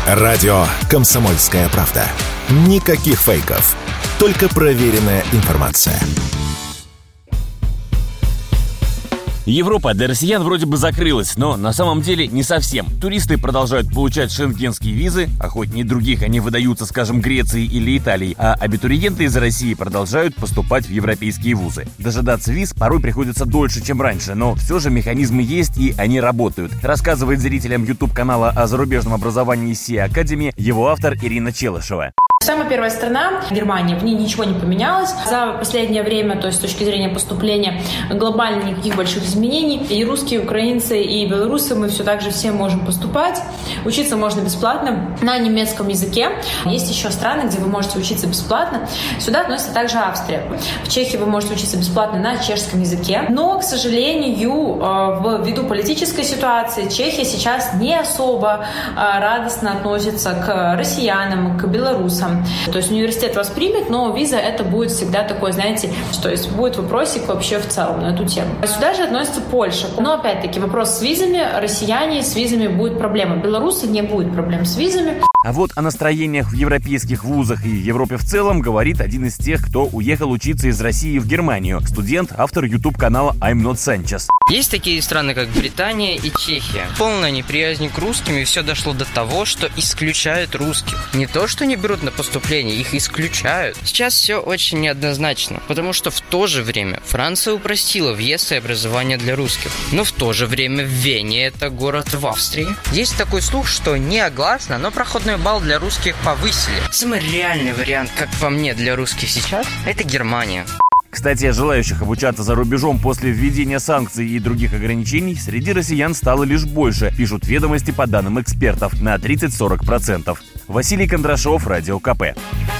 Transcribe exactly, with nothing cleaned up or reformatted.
Радио «Комсомольская правда». Никаких фейков. Только проверенная информация. Европа для россиян вроде бы закрылась, но на самом деле не совсем. Туристы продолжают получать шенгенские визы, охотнее других они выдаются, скажем, Греции или Италии, а абитуриенты из России продолжают поступать в европейские вузы. Дожидаться виз порой приходится дольше, чем раньше, но все же механизмы есть и они работают, рассказывает зрителям YouTube-канала о зарубежном образовании си эй Academy его автор Ирина Челышева. Самая первая страна, Германия, в ней ничего не поменялось за последнее время, то есть с точки зрения поступления глобально никаких больших изменений. И русские, украинцы, и белорусы, мы все так же все можем поступать. Учиться можно бесплатно на немецком языке. Есть еще страны, где вы можете учиться бесплатно. Сюда относится также Австрия. В Чехии вы можете учиться бесплатно на чешском языке. Но, к сожалению, ввиду политической ситуации, Чехия сейчас не особо радостно относится к россиянам, к белорусам. То есть университет вас примет, но виза это будет всегда такой, знаете, то есть будет вопросик вообще в целом на эту тему. Сюда же относится Польша. Но опять-таки вопрос с визами. Россияне с визами будет проблема. Белорусы не будет проблем с визами. А вот о настроениях в европейских вузах и в Европе в целом говорит один из тех, кто уехал учиться из России в Германию. Студент, автор YouTube-канала I'm Not Sanchez. Есть такие страны, как Британия и Чехия. Полная неприязнь к русским, и все дошло до того, что исключают русских. Не то, что не берут на поступление, их исключают. Сейчас все очень неоднозначно, потому что в то же время Франция упростила въезд и образование для русских. Но в то же время Вене, это город в Австрии. Есть такой слух, что неогласно, но проходной балл для русских повысили. Самый реальный вариант, как по мне, для русских сейчас, это Германия. Кстати, желающих обучаться за рубежом после введения санкций и других ограничений среди россиян стало лишь больше, пишут ведомости по данным экспертов, на тридцать-сорок процентов. Василий Кондрашов, Радио ка пэ.